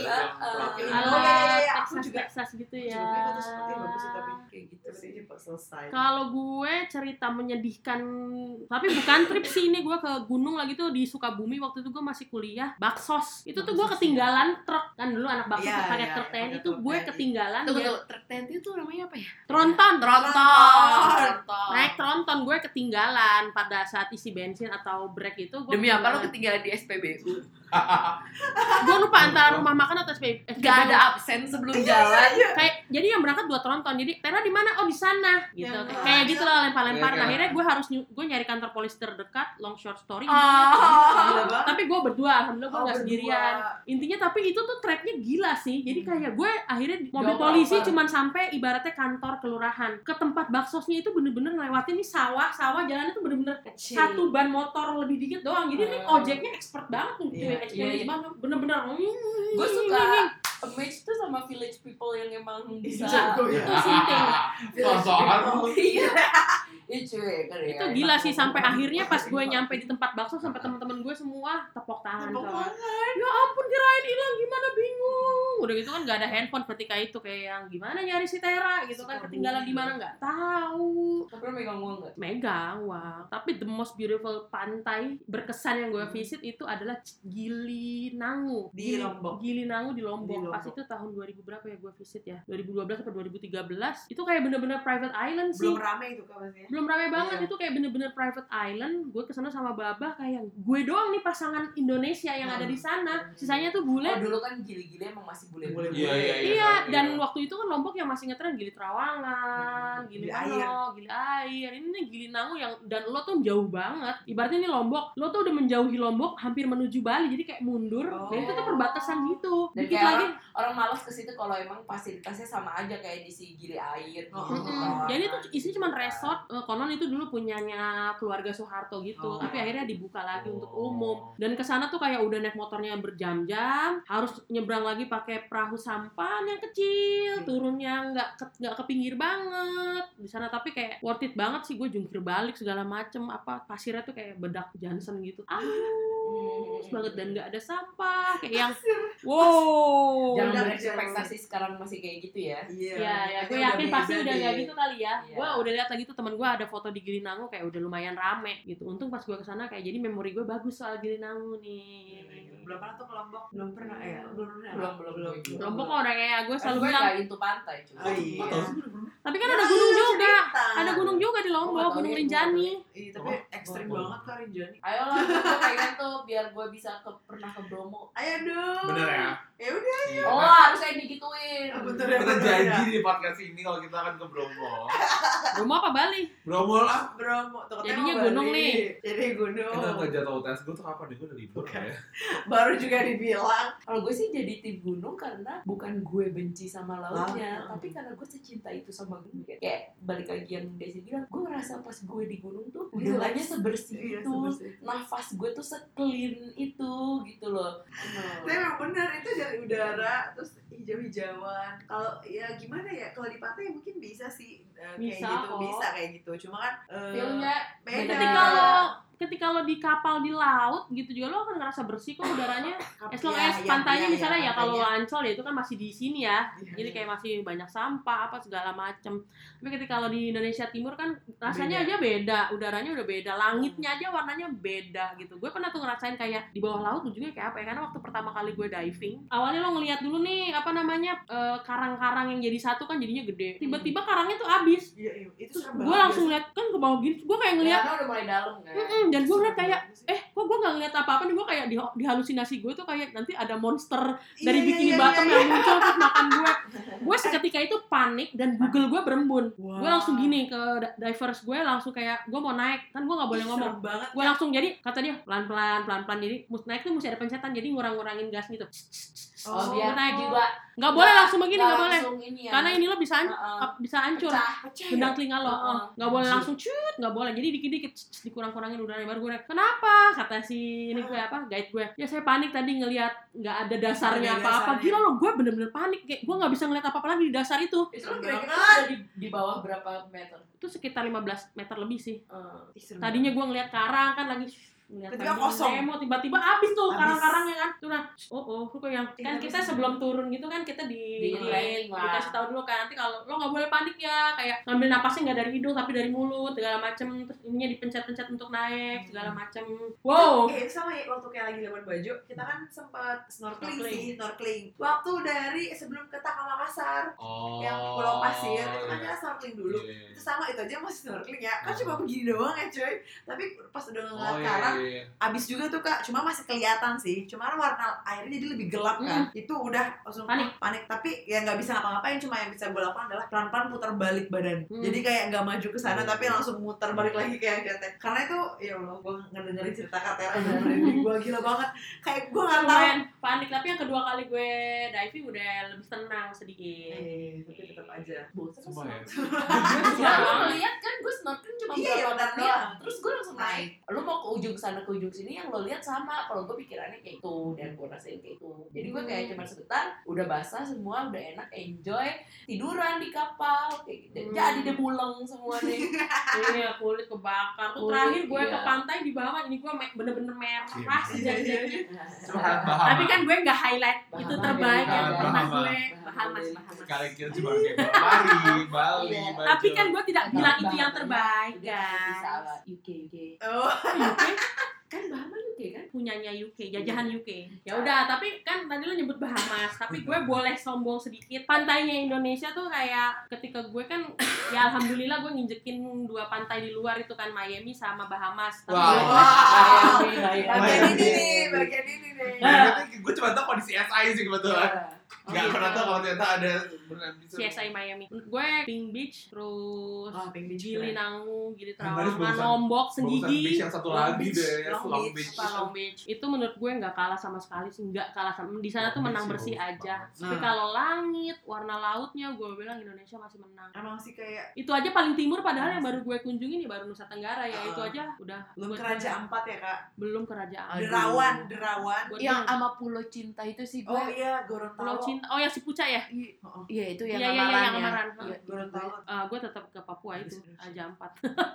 Aku juga Texas gitu ya. Kayak gitu sih selesai. Kalau gue cerita menyedihkan, tapi bukan trip sih, ini gue ke gunung lagi tuh di Sukabumi. Waktu itu gue masih kuliah, Baksos. Itu tuh gue ketinggalan truk, kan dulu anak Baksos pakai truk TNI, itu gue ketinggalan. Tunggu, truk TNI itu namanya apa ya? Tronton. Naik tronton, gue ketinggalan pada saat isi bensin atau break itu. Demi apa lo ketinggalan di SPBU? Gue lupa antara rumah makan atau SPBU. Gak ada absen sebelum jalan. Kayak jadi yang berangkat 2 tronton. Jadi Tera di mana? Oh di sana. Gitu. Kayak gitu lah, lempar-lempar. Nah, akhirnya gue nyari kantor polisi terdekat. Long short story. Tapi gue berdua, alhamdulillah gue nggak sendirian. Intinya tapi itu tuh tracknya gila sih. Jadi kayak gue akhirnya mobil polisi cuman sampai ibaratnya kantor kelurahan. Ke tempat baksosnya itu bener-bener ngelewatin nih sawah jalannya tuh bener-bener satu ban motor lebih dikit doang. Jadi ini ojeknya expert banget nih. Iya, bener-bener. Gue suka amazed tuh sama village people yang emang bisa itu sinting. Sosokan. Iya. cuy, kan ya, Itu gila sih, sampai akhirnya pas gue nyampe di tempat bakso sampai teman-teman gue semua tepok tangan. Ya ampun, kirain hilang, gimana, bingung. Udah gitu kan nggak ada handphone ketika itu, kayak yang gimana nyari si Tera gitu kan, ketinggalan di mana nggak tahu. Tapi lo megang uang nggak? Megang uang. Tapi the most beautiful pantai berkesan yang gue visit itu adalah Gili Nangu Di Lombok. Gili Nangu di Lombok. Di Lombok. Pas itu tahun 2000 berapa ya gue visit ya, 2012 atau 2013. Itu kayak bener-bener private island sih. Belum rame itu kan pastinya. Belum rame banget. Iya. Itu kayak bener-bener private island. Gue kesana sama Babah, kayak gue doang nih pasangan Indonesia yang ada di sana. Sisanya tuh bule. Oh dulu kan gili-gili emang masih bule-bule. Iya, dan waktu itu kan Lombok yang masih ngetren Gili Trawangan, Gili Gili air. Gili air. Ini nih Gili Nangu yang, dan lo tuh jauh banget. Ibaratnya ini Lombok, lo tuh udah menjauhi Lombok hampir menuju Bali, jadi kayak mundur. Dan itu tuh perbatasan gitu. Dan Dikit kayak lagi. orang malas ke situ kalau emang fasilitasnya sama aja kayak di si gili air gitu. Jadi itu isinya cuma resort. Konon itu dulu punyanya keluarga Soeharto gitu. Tapi akhirnya dibuka lagi untuk umum. Dan kesana tuh kayak udah naik motornya berjam-jam, harus nyebrang lagi pakai perahu sampan yang kecil, turunnya nggak ke pinggir banget di sana. Tapi kayak worth it banget sih, gue jungkir balik segala macem, apa pasirnya tuh kayak bedak Johnson gitu, banget, dan nggak ada sampah kayak yang wow. Jangan berekspektasi sekarang masih kayak gitu ya. Ya, gue yakin pasti udah nggak gitu kali ya. Iya. Gue udah lihat lagi tuh teman gue ada foto di Gili Nangu kayak udah lumayan rame gitu. Untung pas gue kesana kayak jadi memori gue bagus soal Gili Nangu nih. Belum pernah tuh ke Lombok. Belum pernah ya? Belum. Lombok kok udah kayak gue selalu Gue bilang. nggak itu pantai cuy. Oh iya. Tapi kan ada gunung juga. Ada gunung juga di Lombok, Gunung Rinjani. Iya, tapi ekstrim banget kan Rinjani. Ayolah, gue pengen tuh biar gue bisa pernah ke Bromo. Ayo dong. Bener ya? Ya udah. Oh harusnya digituin. Betul ya. Kita janji di podcast ini kalau kita akan ke Bromo. Bromo apa Bali? Bromo lah. Bromo. Jadinya gunung nih. Jadi gunung. Kita nggak jatuh tes gue tuh kapan nih, gue udah libur ya. Baru juga dibilang. Kalau gue sih jadi tim gunung karena bukan gue benci sama lautnya, tapi karena gue secinta itu sama gunung. Kayak balik lagi yang Desi bilang, gue ngerasa pas gue di gunung tuh udara sebersih itu, nafas gue tuh se-clean itu gitu loh. Tapi emang bener itu dari udara terus hijau-hijauan. Kalau ya gimana ya, kalau di pantai mungkin bisa sih kayak Bisa gitu, kok. bisa kayak gitu. Cuma kan Feelnya beda. Ketika lo di kapal di laut gitu juga lo akan ngerasa bersih kok udaranya. As long as pantainya misalnya ya kalau Ancol ya itu kan masih di sini ya. Jadi kayak masih banyak sampah apa segala macem. Tapi ketika lo di Indonesia Timur kan rasanya aja beda, udaranya udah beda, langitnya aja warnanya beda gitu. Gue pernah tuh ngerasain kayak di bawah laut ujungnya kayak apa ya, karena waktu pertama kali gue diving, awalnya lo ngeliat dulu nih apa namanya karang-karang yang jadi satu kan jadinya gede. Tiba-tiba karangnya tuh habis. Iya, itu serem Gue banget. langsung lihat kan ke bawah gini, gue kayak ngeliat karena udah mulai dalam kan. dan gue ngeliat kayak kok gue gak ngeliat apa-apa nih, gue kayak di halusinasi gue tuh kayak nanti ada monster dari Bikini Bottom yang muncul terus makan gue seketika itu panik dan Google gue berembun. Gue langsung gini ke divers gue, langsung kayak gue mau naik, kan gue gak boleh ngomong, gue langsung jadi kata dia pelan-pelan jadi naik tuh mesti ada pencetan, jadi ngurang-ngurangin gas gitu. Biar naik juga nggak boleh langsung begini, nggak boleh ini ya. karena ini lo bisa bisa hancur Pecah. gendang telinga lo, nggak boleh langsung cut, nggak boleh, jadi dikit-dikit dikurang-kurangin udaranya baru gue naik. Kenapa? Kata si ini gue apa guide gue, ya saya panik tadi ngelihat nggak ada dasarnya apa-apa. Gila lo, gue bener-bener panik, kayak gue nggak bisa ngeliat apa-apa lagi di dasar itu. Itu kira-kira di bawah berapa meter? Itu sekitar 15 meter lebih sih. Tadinya Tadinya gue ngeliat karang kan lagi ngeliat tiba-tiba lagi kosong. demo, tiba-tiba habis tuh Habis. karang-karangnya kan. Tuh nah, lu kayak kan kita sebelum turun gitu kan kita dikasih tahu dulu kan, nanti kalau lo nggak boleh panik ya, kayak ngambil napasnya nggak dari hidung tapi dari mulut segala macem, terus ininya dipencet-pencet untuk naik segala macem. Wow. Sama ya, waktu kayak lagi Labuan Bajo kita kan sempat snorkeling. Waktu dari sebelum ke Makassar yang Pulau Pasir itu kan kita snorkeling dulu. Itu sama, itu aja masih snorkeling ya, kan cuma begini doang ya coy. Tapi pas udah ngeliat karang abis juga tuh Kak, cuma masih kelihatan sih, cuma kan warna airnya jadi lebih gelap kan. Itu udah langsung panik. Tapi ya nggak bisa ngapa-ngapain, cuma yang bisa gue lakukan adalah pelan-pelan putar balik badan. Jadi kayak nggak maju ke sana tapi langsung muter balik lagi kayak gitu. Karena itu ya Allah, gue ngedengerin cerita Katera dan gue gila banget. Kayak gue nggak tahu panik, tapi yang kedua kali gue diving udah lebih tenang sedikit. Tapi tetap aja Bosan Semua ya. Gue lihat kan gue snorkeling cuma berapa menit, terus gue langsung naik. Lu mau ke ujung sana ke ujung sini yang lo lihat sama. Kalau gue pikirannya kayak itu dan gue rasain kayak itu. Jadi gue kayak cuma sebentar, udah basah semua, udah enak, enjoy, tiduran di kapal, kayak gitu. Jadi deh pulang semua nih. Iya, kulit kebakar. Tuh terakhir gue ke pantai di bawah, ini gue bener-bener merah sejak-jaknya. Tapi kan gue nggak highlight itu terbaik ya pernah gue. Bahamas. Sekali kita cuma kayak Bali. Tapi kan gue tidak bilang itu yang terbaik, guys. UK. Oh. UK Kan Bahamas UK kan? punyanya UK, jajahan UK. Ya udah, tapi kan tadi lo nyebut Bahamas, tapi gue boleh sombong sedikit. Pantainya Indonesia tuh kayak ketika gue kan ya alhamdulillah gue nginjekin 2 pantai di luar itu kan, Miami sama Bahamas. Tapi Bagian ini nih. Gue cuma tau kondisi SI sih kebetulan. Gak pernah tau kalau ternyata ada CSI Miami. Gue Pink Beach, terus Pink Beach Gili Nangu, Gili Bagus, Trawangan, Lombok, Senggigi. yang satu lagi deh, Long Beach. Long Beach. Itu menurut gue nggak kalah sama sekali sih, nggak kalah sama. Di sana tuh menang bersih aja. Tapi kalau langit, warna lautnya, gue bilang Indonesia masih menang. Emang sih kayak Itu aja paling timur, padahal yang baru gue kunjungi nih baru Nusa Tenggara ya. Itu aja udah. belum buat Kerajaan Ampat ya kak. Belum Kerajaan. Aduh. Derawan. Buat Yang gue- sama Pulau Cinta itu sih gue. Oh iya, Pulau Gorontalo. Cinta. Oh yang si Pucak ya? Iya itu yang Iya, amaran yang ya. amaran. Iya, Gorontalo. Gue tetap ke Papua itu, Raja Ampat.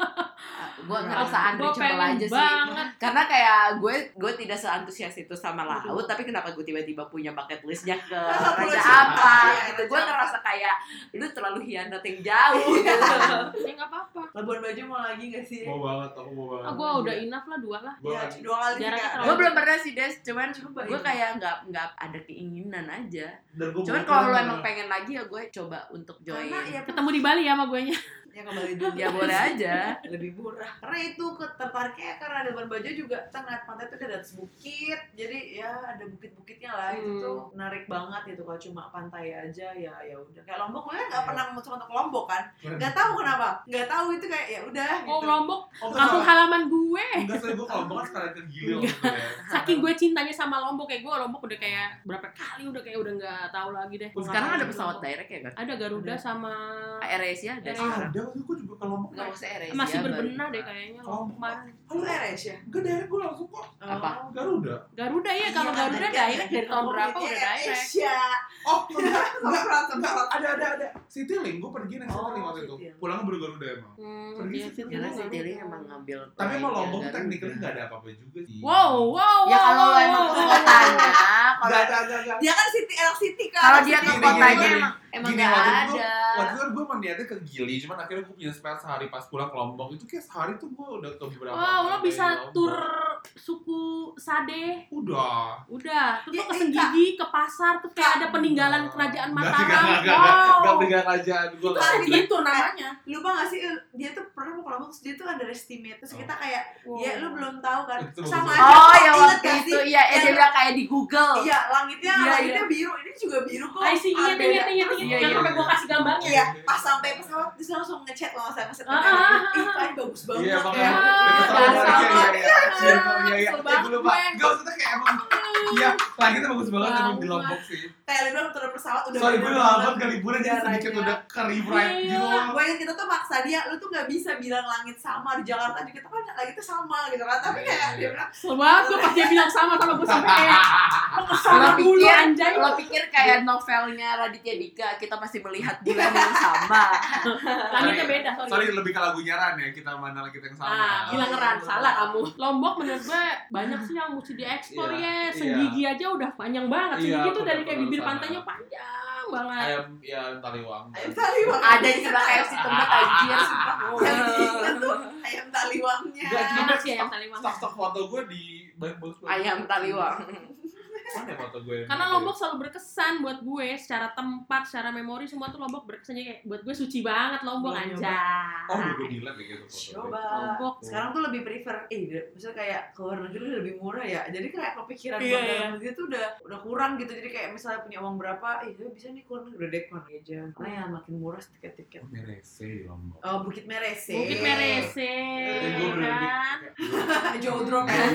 gue ngerasa Gue unreachable pengen aja sih. banget. Karena kayak gue tidak seantusias itu sama laut, tapi kenapa gue tiba-tiba punya bucket listnya ke Raja Ampat gitu. Gue ngerasa kayak lu terlalu hianat yang jauh gitu. Ya nggak apa-apa. Labuan Bajo mau lagi nggak sih? Mau banget, aku mau banget. Gue udah enough lah 2 lah. Gua Ya, lagi. 2 kali sih Jaraknya kak. terlalu Gue belum pernah sih Des, cuman Coba gue ini. kayak nggak ada keinginan aja. Dan gua Cuman mau kalau lo pulang. emang pengen lagi ya gue coba untuk join. Karena ya Ketemu di Bali ya sama gue nya. ya kembali dulu. Ya boleh aja. Lebih murah. Karena itu tertariknya karena di Labuan Bajo juga kita ngeliat pantai itu ada atas bukit. Jadi ya ada bukit-bukitnya lah. Itu tuh menarik banget gitu kalau cuma pantai aja ya udah. Kayak Lombok gue kan nggak pernah muncul untuk Lombok kan. Nggak tahu kenapa. Nggak tahu itu kayak ya udah gitu. Oh Lombok, Oh, kampung halaman gue. Enggak sih, gue kalau banget sekalian ke Gili waktu itu ya. Saking gue cintanya sama Lombok, kayak gue Lombok udah kayak berapa kali udah nggak tahu lagi deh. Sekarang ada pesawat direct ya kan? Ada Garuda sama AirAsia ada sekarang. Ada, waktu itu gue juga ke Lombok. Nggak usah AirAsia. masih baru. berbenah deh kayaknya Oh. Lombok kemarin. Lu RS ya? Enggak, direct gue langsung kok. Apa? Garuda. Garuda ya, kalau Iya, Garuda ada, direct dari tahun berapa udah direct. Asia. Oh, enggak, Enggak. ada. Citylink, gue pergi naik Citylink waktu itu. Citylink. Pulangnya baru Garuda emang. Pergi Iya, sih, Karena Garuda. Citylink emang ngambil. Tapi emang proyeknya Lombok Garuda. technically nggak ada apa-apa juga sih. Wow. Ya kalau lo emang ke kotanya, kalau Enggak. Dia kan anak city kan. kalau dia ke Gini, kotanya gini. emang Gini, nggak waktu itu ada. Waktu itu kan gue emang niatnya ke Gili, cuman akhirnya gue punya spare sehari pas pulang ke Lombok. Itu kayak sehari tuh gue udah ke beberapa Wow, lo pantai bisa di Lombok. tur suku Sade. Udah. Udah, terus Ya, lo ke Senggigi, ke pasar, terus kayak ada peninggalan kerajaan Mataram. Enggak Wow. tinggal kerajaan gue. Itu namanya. Lupa gak sih dia tuh pernah mau ke Lombok terus dia tuh underestimate terus kita kayak Wow. ya lu belum tahu kan Itu sama bagus. aja Oh ya ingat waktu gak itu sih? iya dia Yang- bilang kayak di Google. Iya langitnya Iya. biru ini juga biru kok. I see, inget. Iya, Yang iya. sampai gue kasih gambarnya. Iya pas sampai pesawat terus langsung ngechat loh saya pesan ini bagus banget Iya, ya. makanya Iya. Gue lupa. Enggak, maksudnya kayak emang iya, langitnya bagus banget emang di Lombok sih. Kayak lu bilang turun pesawat udah Soalnya gue bener udah banget. lama gak liburan jadi sedikit Udaranya. udah keribrand gitu. Iya. Gue ingat kita tuh maksa dia, lu tuh gak bisa bilang langit sama di Jakarta juga kita kan langitnya sama gitu kan tapi kayak dia bilang Sobat, gue pas dia bilang sama gue sampai kayak lo kesana Lo dulu pikir, anjay. lo pikir kayak novelnya Raditya Dika kita masih melihat bulan yang sama. Langitnya beda, sorry. Sorry, lebih ke lagunya Ran ya, kita mana langit yang sama. Ah, bilang ngeran, salah kamu. Lombok menurut gue banyak sih yang mesti diekspor Iya, ya. Senggigi aja udah panjang banget. Iya, Senggigi tuh dari kayak benar-benar bibir sama. pantainya panjang banget. Ayam taliwang. ayam taliwang Ada di sebelah KFC tempat anjir. yang diingat tuh ayam taliwangnya Enggak, cuma Enak sih ayam taliwang. stok foto gue di bagus. Ayam taliwang. Mana foto gue? Karena Lombok selalu berkesan buat gue secara tempat, secara memori semua tuh Lombok berkesannya kayak buat gue suci banget Lombok Belum anjay. Oh, gue dilihat deh gitu foto. coba Lombok. sekarang tuh lebih prefer maksudnya kayak ke luar negeri udah lebih murah ya jadi kayak kepikiran Iya, buat iya. dalam negeri tuh udah kurang gitu jadi kayak misalnya punya uang berapa bisa nih keluar negeri udah deh keluar negeri aja karena ya makin murah tiket-tiket Merese di Lombok. oh Bukit Merese Bukit Merese Gue bener kan. jauh drop ya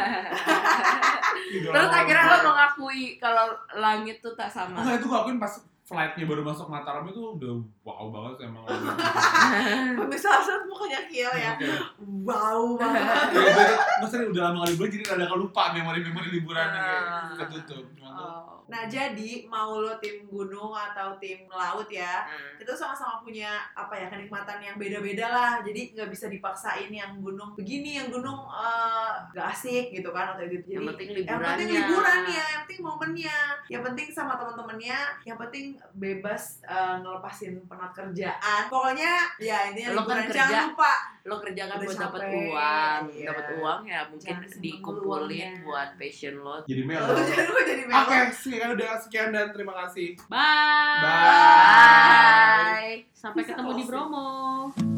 Terus akhirnya lo mengakui kalau langit tuh tak sama. Enggak, itu gue akuin pas flightnya baru masuk Mataram itu udah wow banget emang. pemirsa saat mukanya Kiel ya wow banget Maksudnya udah lama kali liburan jadi rada kelupa memori-memori liburannya kayak ketutup. Nah jadi mau lo tim gunung atau tim laut ya, kita sama-sama punya apa ya kenikmatan yang beda-beda lah. Jadi nggak bisa dipaksain yang gunung begini, yang gunung gak asik gitu kan atau gitu. Jadi Yang penting liburannya, yang penting momennya, yang penting sama teman-temannya, yang penting bebas ngelepasin penat kerjaan. Pokoknya ya intinya liburan jangan lupa. Lo kerja kan Udah buat dapat capek, uang, iya. dapat uang ya mungkin Jangan dikumpulin uangnya. buat passion lo. Jadi melo. Jangan lupa jadi melo. Oke, udah sekian dan terima kasih. Bye. Bye. Sampai Bisa ketemu di closing. Bromo.